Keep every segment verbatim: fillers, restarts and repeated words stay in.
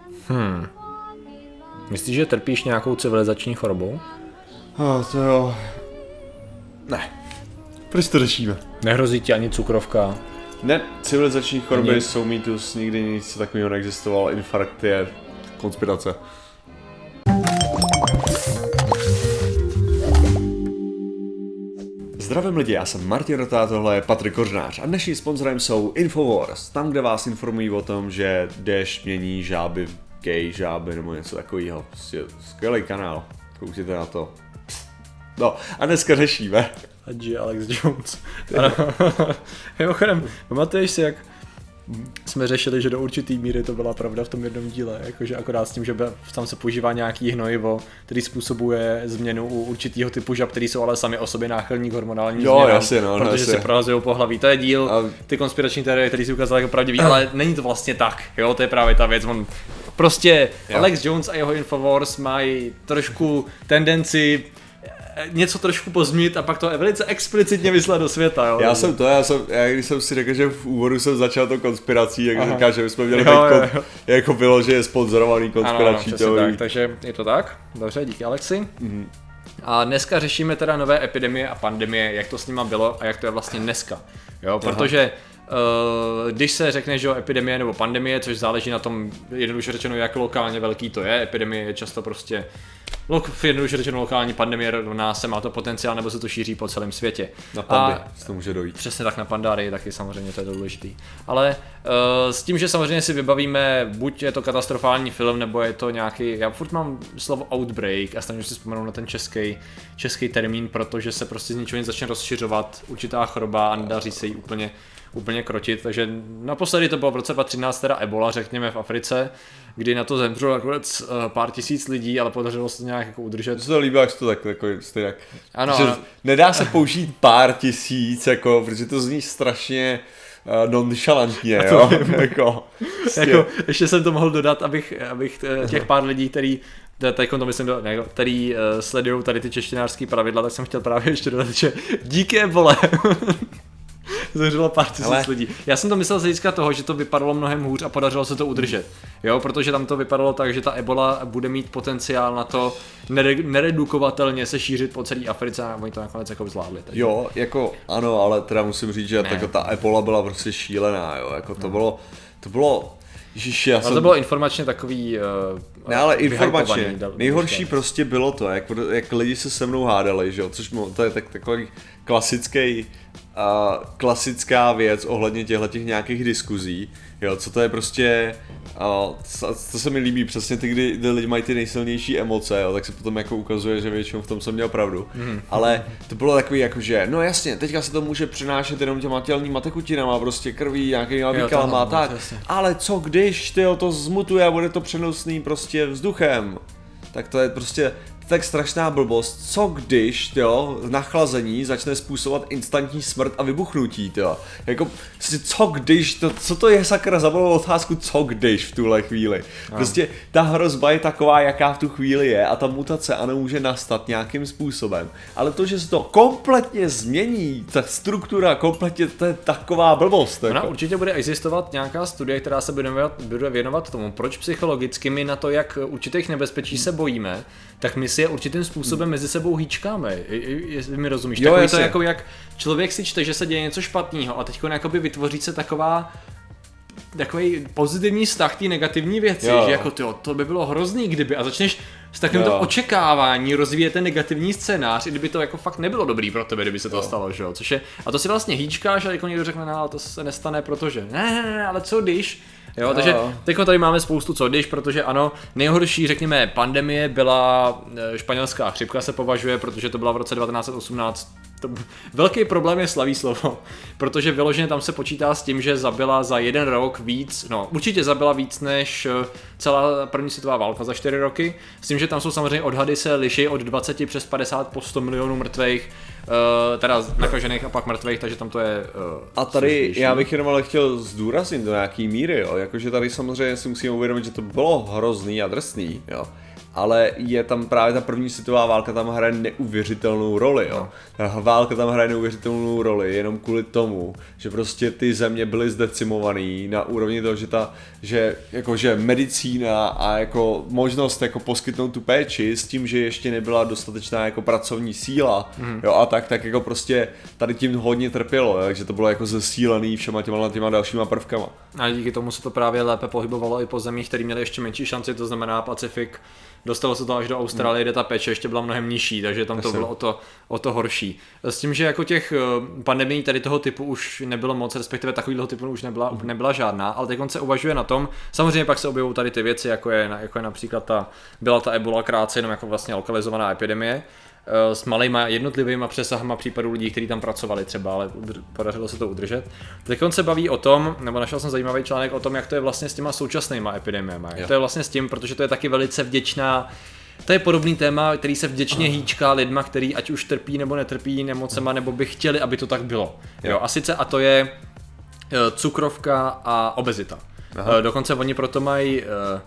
Hmm. Myslíš, že trpíš nějakou civilizační chorobou? Oh, to jo. Ne. Proč to řešíme? Nehrozí ti ani cukrovka? Ne, civilizační choroby ani... jsou mýtus, nikdy nic takového neexistovalo, infarkt je konspirace. Zdravím lidi, já jsem Martin Rota, tohle je Patrik Kořnář a dnešním sponzorem jsou Infowars, tam, kde vás informují o tom, že déšť mění žáby, gay žáby nebo něco takového. Prostě skvělý kanál, koukněte na to. No a dneska řešíme. Hadži Alex Jones. Mimochodem, pamatuješ si, jak jsme řešili, že do určitý míry to byla pravda v tom jednom díle, jakože akorát s tím, že tam se používá nějaký hnojivo, který způsobuje změnu u určitýho typu žab, který jsou ale sami o sobě náchylní k hormonálním jo, změnám, jasně, no, protože jasně. se prohazují pohlaví. To je díl, a... ty konspirační teorie, který si ukázaly jako pravdivý, ale není to vlastně tak, jo, to je právě ta věc. On prostě jo. Alex Jones a jeho Infowars mají trošku tendenci něco trošku pozměnit a pak to velice explicitně vyslat do světa, jo. Já jsem to, já jsem, já když jsem si řekl, že v úvodu jsem začal to konspirací, jak říká, že bychom měli jo, být jo, jo. jako bylo, že je sponzorovaný konspirační teorií. Tak, takže je to tak, dobře, díky Alexi. Mm-hmm. A dneska řešíme teda nové epidemie a pandemie, jak to s nima bylo a jak to je vlastně dneska, jo, protože Uh, když se řekne, že epidemie nebo pandemie, což záleží na tom, jednoduše řečeno, jak lokálně velký to je, epidemie je často prostě, jednoduše řečeno lokální pandemie rovná se, má to potenciál, nebo se to šíří po celém světě. Na pandy to může dojít. Přesně tak, na pandáry taky samozřejmě, to je důležitý. Ale uh, s tím, že samozřejmě si vybavíme, buď je to katastrofální film, nebo je to nějaký, já furt mám slovo outbreak a snažím si vzpomenout na ten český, český termín, protože se prostě z ničeho nic začne rozšiřovat určitá choroba a nedaří se jí úplně úplně krotit, takže naposledy to bylo v roce dva tisíce třináct teda ebola, řekněme v Africe, kdy na to zemřelo nakonec pár tisíc lidí, ale podařilo se to nějak jako udržet. To se to líbí, jak to tak jako stejnak. Ano, ano. Nedá se použít pár tisíc, jako, protože to zní strašně uh, nonchalantně, jo? jako, jako, ještě jsem to mohl dodat, abych, abych těch pár lidí, který teď to myslím, ne, který uh, sledují tady ty češtinářský pravidla, tak jsem chtěl právě ještě dodat, že díky ebole zemřelo pár tisíc Ale... lidí. Já jsem to myslel z hlediska toho, že to vypadalo mnohem hůř a podařilo se to udržet. Jo, protože tam to vypadalo tak, že ta ebola bude mít potenciál na to nere- neredukovatelně se šířit po celé Africe a oni to nakonec jako zvládli. Takže... Jo, jako ano, ale teda musím říct, že tako, ta ebola byla prostě šílená, jo, jako to no. bylo, to bylo Ježiši, já ale jsem... to bylo informačně takový uh, ne, ale informačně, nejhorší prostě bylo to, jak, jak lidi se se mnou hádali, že jo, což mo, to je tak, takový klasický Uh, klasická věc ohledně těchto nějakých diskuzí, jo, co to je prostě, uh, to, to se mi líbí přesně ty, kdy, kdy lidi mají ty nejsilnější emoce, jo, tak se potom jako ukazuje, že většinou v tom jsem měl pravdu, mm. ale to bylo takový jako, že no jasně, teďka se to může přenášet jenom těma tělnýma tekutinama, prostě krví, nějakýma výkalama, tak, ale co když tyjo, to zmutuje a bude to přenosný prostě vzduchem, tak to je prostě tak strašná blbost, co když, jo, nachlazení začne způsobovat instantní smrt a vybuchnutí, jo. Jako, co když, to, co to je sakra za blbou otázku, co když v tuhle chvíli. Prostě ta hrozba je taková, jaká v tu chvíli je a ta mutace ano může nastat nějakým způsobem, ale to, že se to kompletně změní, ta struktura kompletně, to je taková blbost. Ona jako. určitě bude existovat nějaká studie, která se bude věnovat, bude věnovat tomu, proč psychologicky my na to, jak určitých nebezpečí se bojíme, tak my si je určitým způsobem mezi sebou hýčkáme, jestli mi rozumíš. Jo, Takový to jako jak člověk si čte, že se děje něco špatného a teď jakoby vytvoří se taková takový pozitivní vztah té negativní věci, jo. Že jako tyjo, to by bylo hrozný kdyby a začneš s takovým to očekávání rozvíjet ten negativní scénář, i kdyby to jako fakt nebylo dobrý pro tebe, kdyby se to jo. stalo, že jo, což je, a to si vlastně hýčkáš a jako někdo řekne, no ale to se nestane, protože, ne, ne, ne, ale co když, jo, jo. Takže teď tady máme spoustu co když, protože ano, nejhorší, řekněme, pandemie byla španělská chřipka se považuje, protože to byla v roce devatenáct osmnáct. To, velký problém je slaví slovo, protože vyloženě tam se počítá s tím, že zabila za jeden rok víc, no určitě zabila víc než celá první světová válka za čtyři roky, s tím, že tam jsou samozřejmě odhady se liší od dvacet přes padesát po sto milionů mrtvejch, uh, teda nakažených a pak mrtvejch, takže tam to je uh, a tady slušnější. Já bych jenom ale chtěl zdůraznit do nějaký míry, jo, jakože tady samozřejmě si musíme uvědomit, že to bylo hrozný a drsný, jo. ale je tam právě ta první světová válka, tam hraje neuvěřitelnou roli, jo. Ta válka tam hraje neuvěřitelnou roli jenom kvůli tomu, že prostě ty země byly zdecimovaný na úrovni toho, že ta, že jakože medicína a jako možnost jako poskytnout tu péči s tím, že ještě nebyla dostatečná jako pracovní síla, mm. jo, a tak, tak jako prostě tady tím hodně trpělo, takže to bylo jako zesílený všema těma, těma dalšíma prvkama. A díky tomu se to právě lépe pohybovalo i po zemích, které měly ještě menší šanci, to znamená Pacifik. Dostalo se to až do Austrálie, kde ta péče ještě byla mnohem nižší, takže tam to bylo o to, o to horší. S tím, že jako těch pandemií tady toho typu už nebylo moc, respektive takovýhle typu už nebyla, nebyla žádná, ale teď se uvažuje na tom, samozřejmě pak se objevují tady ty věci, jako je, jako je například ta, byla ta ebola krátce jenom jako vlastně lokalizovaná epidemie, s malýma jednotlivýma přesahama případů lidí, kteří tam pracovali třeba, ale podařilo se to udržet. Teď se baví o tom, nebo našel jsem zajímavý článek o tom, jak to je vlastně s těma současnýma epidemiemi. Jak to je vlastně s tím, protože to je taky velice vděčná, to je podobný téma, který se vděčně hýčká lidma, který ať už trpí nebo netrpí nemocema, nebo by chtěli, aby to tak bylo. Jo, a sice a to je cukrovka a obezita. Aha. Dokonce oni proto mají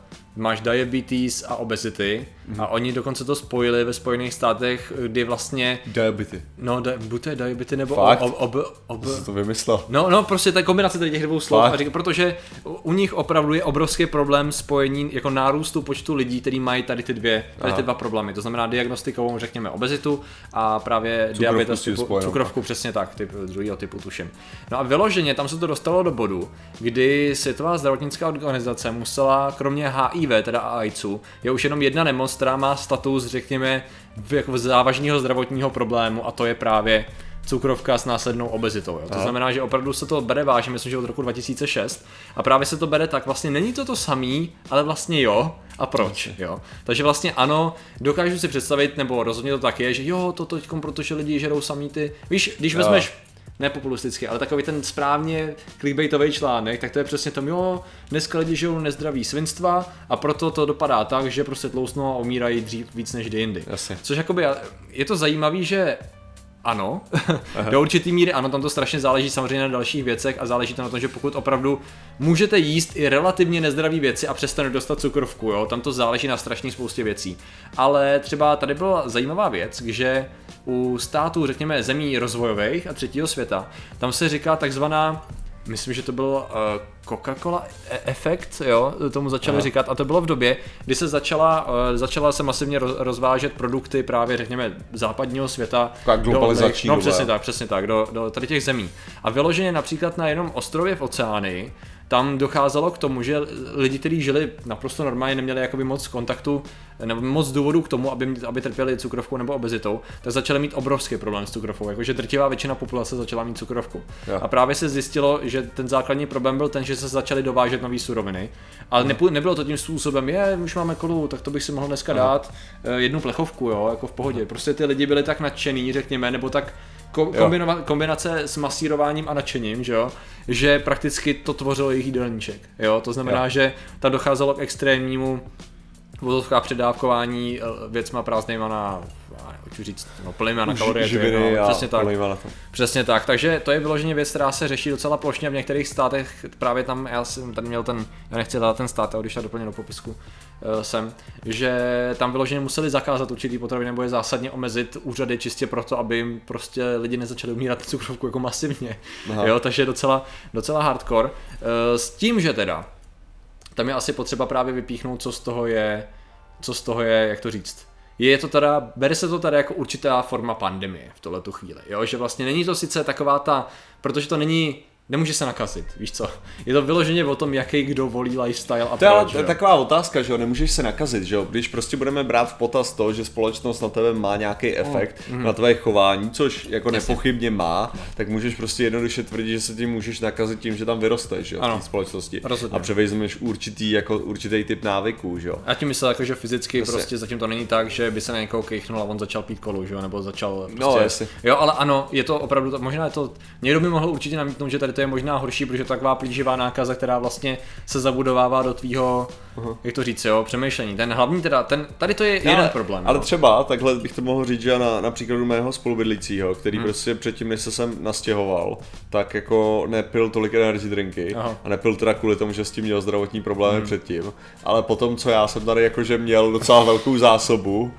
máš diabetes a obezity mm. a oni dokonce to spojili ve Spojených státech, kdy vlastně... Diabety. No, di- buď to je diabety nebo... Fakt? Ob, ob, ob, ob... to vymyslel. No, no, prostě ta kombinace tady těch dvou slov, a řík, protože u nich opravdu je obrovský problém spojení jako nárůstu počtu lidí, kteří mají tady ty dvě, tady ty dva problémy, to znamená diagnostikovou, řekněme, obezitu a právě diabetes, typu, cukrovku, přesně tak, typ, druhýho typu tuším. No a vyloženě tam se to dostalo do bodu, kdy Světová zdravotnická organizace musela kromě H I V, teda a AIDSu, je už jenom jedna nemoc, která má status, řekněme, jako závažného zdravotního problému, a to je právě cukrovka s následnou obezitou. Jo. To Aha. znamená, že opravdu se to bere vážně, myslím, že od roku dva tisíce šest, a právě se to bere tak, vlastně není to to samý, ale vlastně jo, a proč, jo. Takže vlastně ano, dokážu si představit, nebo rozhodně to tak je, že jo, to teďkom, protože lidi žerou samý ty, víš, když jo. vezmeš ne populisticky, ale takový ten správně clickbaitový článek, tak to je přesně tom, jo, dneska lidi žijou nezdraví svinstva a proto to dopadá tak, že prostě tlousnou a umírají dřív víc než kdy jindy. Jasně. Což jakoby, je to zajímavý, že ano, do určitý míry ano, tam to strašně záleží samozřejmě na dalších věcech a záleží to na tom, že pokud opravdu můžete jíst i relativně nezdraví věci a přestane dostat cukrovku, jo, tam to záleží na strašně spoustě věcí. Ale třeba tady byla zajímavá věc, že u států, řekněme, zemí rozvojových a třetího světa, tam se říká takzvaná, myslím, že to byl uh, Coca-Cola efekt, jo, tomu začali Aha. říkat, a to bylo v době, kdy se začala, uh, začala se masivně rozvážet produkty právě, řekněme, západního světa. Globalizační do, no přesně tak, přesně tak, do, do tady těch zemí. A vyloženě například na jednom ostrově v oceánii, tam docházelo k tomu, že lidi, kteří žili naprosto normálně, neměli jakoby moc kontaktu nebo moc důvodů k tomu, aby, aby trpěli cukrovkou nebo obezitou, tak začali mít obrovský problém s cukrovkou, jakože drtivá většina populace začala mít cukrovku. Ja. A právě se zjistilo, že ten základní problém byl ten, že se začaly dovážet nové suroviny. Ale ne, nebylo to tím způsobem, je, už máme kolu, tak to bych si mohl dneska Aha. dát jednu plechovku, jo, jako v pohodě. Prostě ty lidi byli tak nadšený, řekněme, nebo tak Kombinova- kombinace s masírováním a nadšením, že jo, že prakticky to tvořilo jejich jídelníček, jo, to znamená, jo. že tam docházelo k extrémnímu vozovkách předávkování věcma prázdnejma na, nechci říct, no, plnýma na kalorie, živiny no, přesně tak, na přesně tak, takže to je vyloženě věc, která se řeší docela plošně a v některých státech, právě tam, já jsem tady měl ten, já nechci dát ten stát, ale když já doplně do popisku uh, jsem, že tam vyloženě museli zakázat určitý potraviny nebo je zásadně omezit úřady čistě proto, aby jim prostě lidi nezačali umírat cukrovku jako masivně, Aha. jo, takže docela, docela hardcore, uh, s tím, že teda tam je asi potřeba právě vypíchnout, co z toho je, co z toho je, jak to říct. Je to teda, bere se to tady jako určitá forma pandemie v tohletu chvíli, jo, že vlastně není to sice taková ta, protože to není, nemůže se nakazit, víš co, je to vyloženě o tom, jaký kdo volí lifestyle a to proč, je taková otázka, že jo, nemůžeš se nakazit, že jo, když prostě budeme brát v potaz to, že společnost na tebe má nějaký efekt mm. na tvé chování, což jako Jasně. nepochybně má, tak můžeš prostě jednoduše tvrdit, že se tím můžeš nakazit tím, že tam vyrosteš, že jo, v té společnosti Rozhodně. A převezmeš určitý, jako určitý typ návyků, že jo. Já tím myslel jako, že fyzicky prostě, prostě zatím to není tak, že by se na někoho kejchnul a on začal pít kolu, že jo, nebo začal prostě, no, jo, ale ano, je to opravdu, možná je to, někdo by mohl určitě namítnout, že tady to je možná horší, protože to je taková plíživá nákaza, která vlastně se zabudovává do tvýho uh-huh. jak to říct, jo, přemýšlení. Ten hlavní teda, ten, tady to je jeden ale, problém. Ale jo. třeba, takhle bych to mohl říct, že na, na příkladu mého spolubydlícího, který hmm. prostě předtím, než se sem nastěhoval, tak jako nepil tolik energy drinky Aha. a nepil teda kvůli tomu, že s tím měl zdravotní problémy hmm. předtím, ale potom, co já jsem tady jakože měl docela velkou zásobu,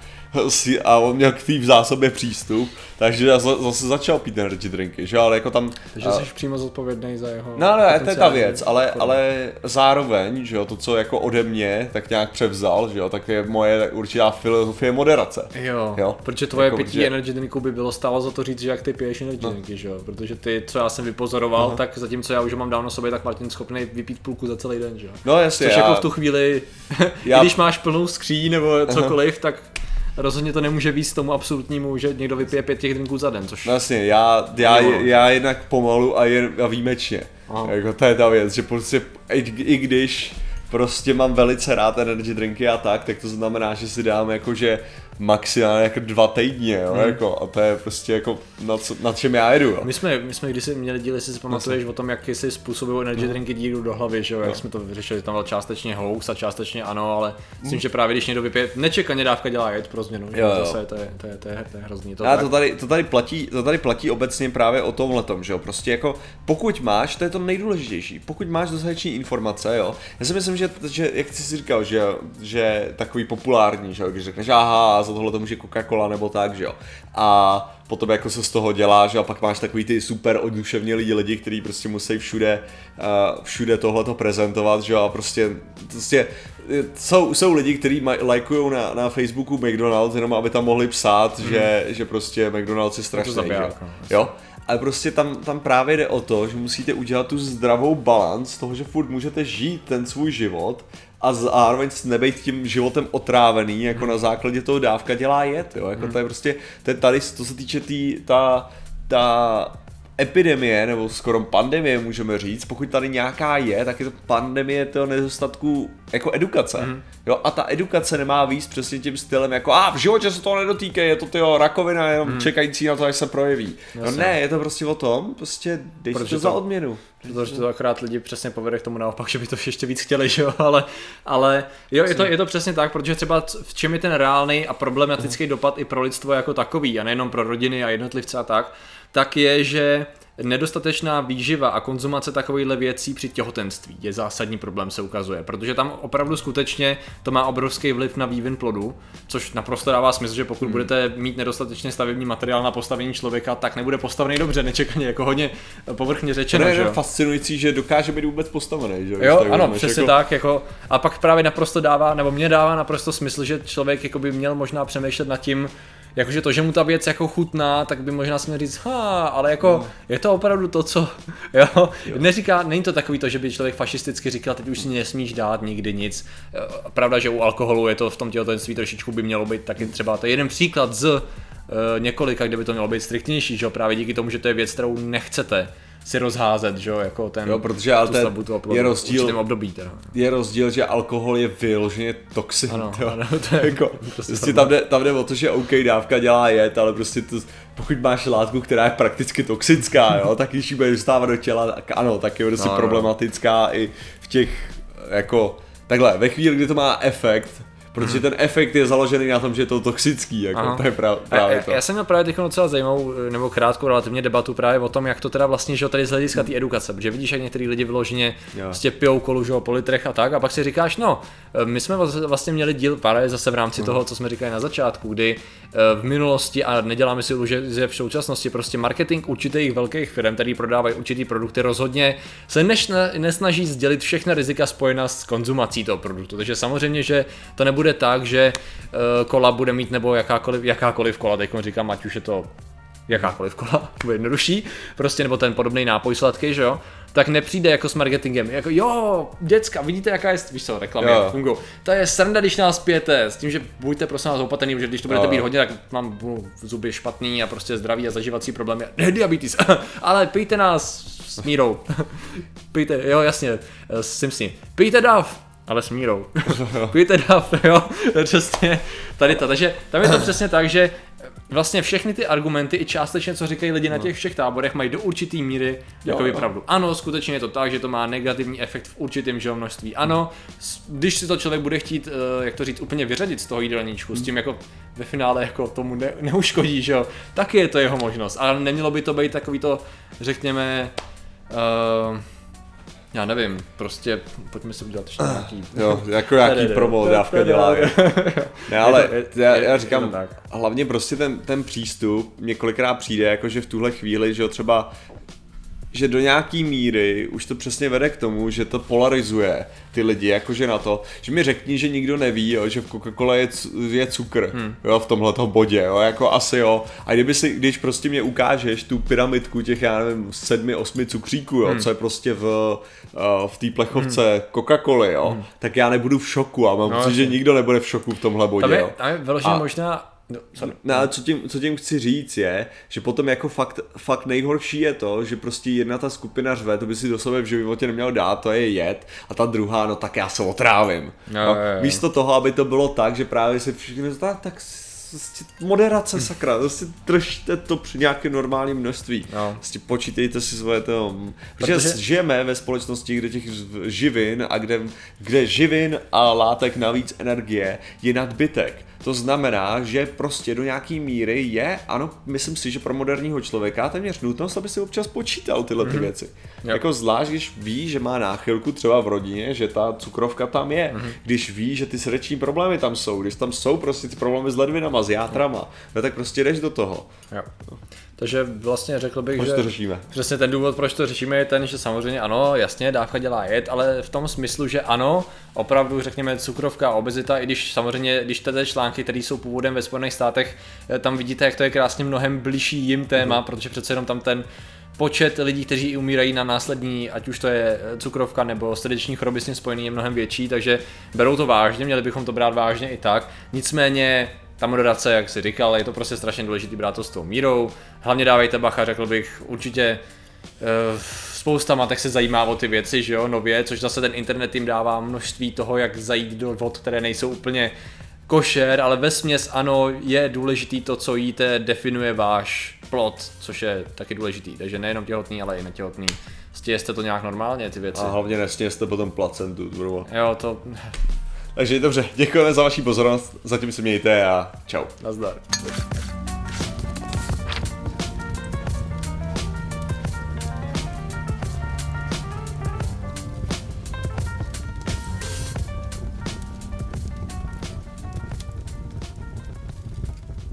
a on měl k té v zásobě přístup, takže já zase začal pít energy drinky, že ale jako tam... Takže jsi a... přímo zodpovědný za jeho... No, no, to je ta věc, ale, ale zároveň, že jo, to, co jako ode mě tak nějak převzal, že jo, tak je moje určitá filozofie moderace. Jo, jo? Protože tvoje jako, pití že... energy drinků by bylo stálo za to říct, že jak ty piješ energy no. drinky, že jo, protože ty, co já jsem vypozoroval, Aha. tak zatímco já už mám dávno sobě, tak Martin schopný vypít půlku za celý den, že jo. No jasně, Což já... jako v tu chvíli, já... i když máš plnou skříň nebo cokoliv, tak... Rozhodně to nemůže víc tomu absolutnímu, že někdo vypije pět těch drinků za den, což... Vlastně, já, já, já jednak pomalu a, jen, a výjimečně. Jako, to je ta věc, že prostě i, i když prostě mám velice rád energy drinky a tak, tak to znamená, že si dám jakože maximálně jako dva týdně, jo, hmm. jako, a to je prostě jako na, co, na čem já jedu, jo. My jsme, my jsme když si měli díl, jestli si pamatuješ o tom, jak si způsobují energy drinky dílu do hlavy, že jo, jak no. jsme to vyřešili, tam byl částečně hoax a částečně ano, ale myslím, že právě když někdo vypije, nečekaně dávka dělá jed pro změnu, jo, jo. Zase to je, to je, to je, to je hrozný. To, a to tady, to, tady platí, to tady platí obecně právě o tomhletom, že jo, prostě jako pokud máš, to je to nejdůležitější, pokud máš dostatečné informace, jo, já si myslím, že, že jak jsi si říkal, že, že takový populární, že jo, když řekneš aha, za tohle to může Coca-Cola nebo tak, že jo. A potom jako se z toho dělá, že a pak máš takový ty super oduševnělí lidi, kteří prostě musí všude, uh, všude tohleto prezentovat, že jo, a prostě, prostě jsou, jsou lidi, kteří lajkujou na, na Facebooku McDonald's, jenom aby tam mohli psát, mm. že, že prostě McDonald's je strašný, že jo. Ale prostě tam, tam právě jde o to, že musíte udělat tu zdravou balans toho, že furt můžete žít ten svůj život a zároveň nebejt tím životem otrávený, jako na základě toho dávka dělá jet, jo, jako to je prostě, to je tady, to se týče tý, ta, ta epidemie, nebo skoro pandemie můžeme říct, pokud tady nějaká je, tak je to pandemie toho nedostatku jako edukace, mm. jo, a ta edukace nemá víc přesně tím stylem jako a v životě se toho nedotýkej, je to tyjo rakovina, jenom mm. čekající na to, až se projeví. No ne, je to prostě o tom, prostě dej si to za odměnu. Protože to akorát lidi přesně povede k tomu naopak, že by to ještě víc chtěli, že jo, ale, ale jo, je to, je to přesně tak, protože třeba v čem je ten reálný a problematický dopad i pro lidstvo jako takový a nejenom pro rodiny a jednotlivce a tak, tak je, že nedostatečná výživa a konzumace takovýchhle věcí při těhotenství je zásadní problém, se ukazuje, protože tam opravdu skutečně to má obrovský vliv na vývin plodu, což naprosto dává smysl, že pokud hmm. budete mít nedostatečně stavební materiál na postavení člověka, tak nebude postavený dobře, nečekaně, jako hodně povrchně řečeno. To je fascinující, že dokáže být vůbec postavený, že? Jo, ano, jdeš, přesně jako... tak, jako, a pak právě naprosto dává, nebo mě dává naprosto smysl, že člověk jako by měl možná přemýšlet nad tím, jakože to, že mu ta věc jako chutná, tak by možná si měl říct, ha, ale jako no. je to opravdu to, co, jo, jo. Neříká, není to takový to, že by člověk fašisticky říkal, teď už si nesmíš dát nikdy nic. Pravda, že u alkoholu je to v tom těhotenství trošičku by mělo být taky třeba, to je jeden příklad z uh, několika, kde by to mělo být striktnější, že jo, právě díky tomu, že to je věc, kterou nechcete si rozházet, že jo, jako ten, jo, protože ale ten je rozdíl, období teda. Je rozdíl, že alkohol je vyloženě toxin, ano, ano, to je jako, prostě tam jde, tam jde o to, že OK, dávka dělá jet, ale prostě to, pokud máš látku, která je prakticky toxická, jo, tak když ji budeš dostávat do těla, tak ano, tak je prostě no, problematická no. i v těch, jako, takhle, ve chvíli, kdy to má efekt, protože hmm. ten efekt je založený na tom, že je to toxický, jako to je prav, právě já, to. Já jsem měl právě teď docela zajímavou, nebo krátkou relativně debatu právě o tom, jak to teda vlastně, že tady z hlediska té edukace, protože vidíš, jak některý lidi vyloženě prostě pijou kolu, že po litrech a tak, a pak si říkáš, no, my jsme vlastně měli díl právě zase v rámci hmm. toho, co jsme říkali na začátku, kdy v minulosti, a neděláme si iluze, že v současnosti prostě marketing určitých velkých firm, který prodávají určitý produkty, rozhodně se než, nesnaží sdělit všechna rizika spojená s konzumací toho produktu, takže samozřejmě, že to nebude bude tak, že uh, kola bude mít nebo jakákoliv, jakákoliv kola, teď říkám, ať už je to jakákoliv kola, to bude jednodušší, prostě nebo ten podobný nápoj sladký, že jo, tak nepřijde jako s marketingem, jako jo, děcka, vidíte jaká je, víš co, reklamy fungují, to je sranda, když nás pijete, s tím, že buďte prosím vás opatrný, protože když to budete být hodně, tak mám zuby špatný a prostě zdraví a zažívací problémy, ne diabetes, ale pijte nás s mírou, pijte, jo jasně, s Simpsony, pijte dáv, ale s mírou. Pijte dáv, jo, přesně tady to. Takže tam je to přesně tak, že vlastně všechny ty argumenty i částečně, co říkají lidi no. na těch všech táborech, mají do určitý míry jakoby pravdu. Ano, skutečně je to tak, že to má negativní efekt v určitém že, množství. Ano, když si to člověk bude chtít, jak to říct, úplně vyřadit z toho jídelníčku, s tím jako ve finále jako tomu ne, neuškodí, že jo, tak je to jeho možnost. Ale nemělo by to být takový to, řekněme, uh, já nevím, prostě pojďme si udělat ještě nějaký... Jo, jako nějaký promo, dávka dělá. Ne, ale já, já říkám, hlavně prostě ten, ten přístup mě kolikrát přijde, jakože v tuhle chvíli, že jo, třeba že do nějaký míry už to přesně vede k tomu, že to polarizuje ty lidi, jakože na to, že mi řekni, že nikdo neví, jo, že v Coca-Cola je, je cukr, hmm. jo, v tomhleto bodě, jo, jako asi jo. A kdyby si, když prostě mě ukážeš tu pyramidku těch, já nevím, sedmi, osmi cukříků, jo, hmm. co je prostě v, v té plechovce hmm. Coca-Coly, jo, hmm. tak já nebudu v šoku a mám no, pocit, že nikdo nebude v šoku v tomhle bodě, tam je, jo. Tam je vyloženě možná... No, no ale co tím, co tím chci říct je, že potom jako fakt, fakt nejhorší je to, že prostě jedna ta skupina řve, to by si do sebe v životě neměl dát, to je jet, a ta druhá, no tak já se otrávím. No, no, místo toho, aby to bylo tak, že právě si všichni tak, tak moderace sakra, prostě držte to při nějakém normálním množství. No. Prostě počítejte si svoje to, protože, protože žijeme ve společnosti, kde těch živin a kde, kde živin a látek navíc energie je nadbytek. To znamená, že prostě do nějaký míry je, ano, myslím si, že pro moderního člověka téměř nutnost, aby si občas počítal tyhle ty věci. Mm-hmm. Jako zvlášť, když ví, že má náchylku třeba v rodině, že ta cukrovka tam je, mm-hmm. když ví, že ty srdeční problémy tam jsou, když tam jsou prostě ty problémy s ledvinama, s játrama, no, tak prostě jdeš do toho. Jo. Takže vlastně řekl bych, proč že to řešíme? Přesně ten důvod, proč to řešíme, je ten, že samozřejmě ano, jasně, dávka dělá jed, ale v tom smyslu, že ano, opravdu řekněme cukrovka a obezita, i když samozřejmě, když ty články, které jsou původem ve Spojených státech, tam vidíte, jak to je krásně mnohem bližší jim téma, mm. protože přece jenom tam ten počet lidí, kteří umírají na následní, ať už to je cukrovka nebo srdeční choroby s tím spojený, je mnohem větší, takže berou to vážně, měli bychom to brát vážně i tak. Nicméně ta moderace, jak jsi říkal, je to prostě strašně důležité brát to s tou mírou. Hlavně dávejte bacha, řekl bych, určitě uh, spousta matek se zajímá o ty věci, že jo, nově, což zase ten internet jim dává množství toho, jak zajít do vod, které nejsou úplně košer, ale vesměs ano, je důležitý to, co jíte, definuje váš plod, což je taky důležitý, takže nejenom těhotný, ale i netěhotný. Stějeste to nějak normálně, ty věci. A hlavně nestějeste potom placentu, bro. Jo, to... Takže dobře, děkujeme za vaši pozornost, zatím se mějte a čau. Nazdar.